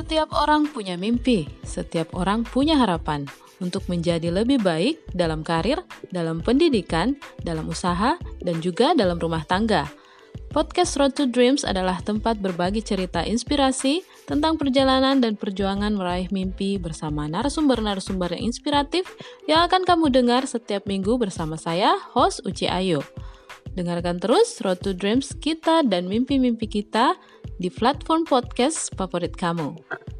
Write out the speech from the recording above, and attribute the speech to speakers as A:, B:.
A: Setiap orang punya mimpi, setiap orang punya harapan untuk menjadi lebih baik dalam karir, dalam pendidikan, dalam usaha, dan juga dalam rumah tangga. Podcast Road to Dreams adalah tempat berbagi cerita inspirasi tentang perjalanan dan perjuangan meraih mimpi bersama narasumber-narasumber yang inspiratif yang akan kamu dengar setiap minggu bersama saya, host Uci Ayu. Dengarkan terus Road to Dreams kita dan mimpi-mimpi kita di platform podcast favorit kamu.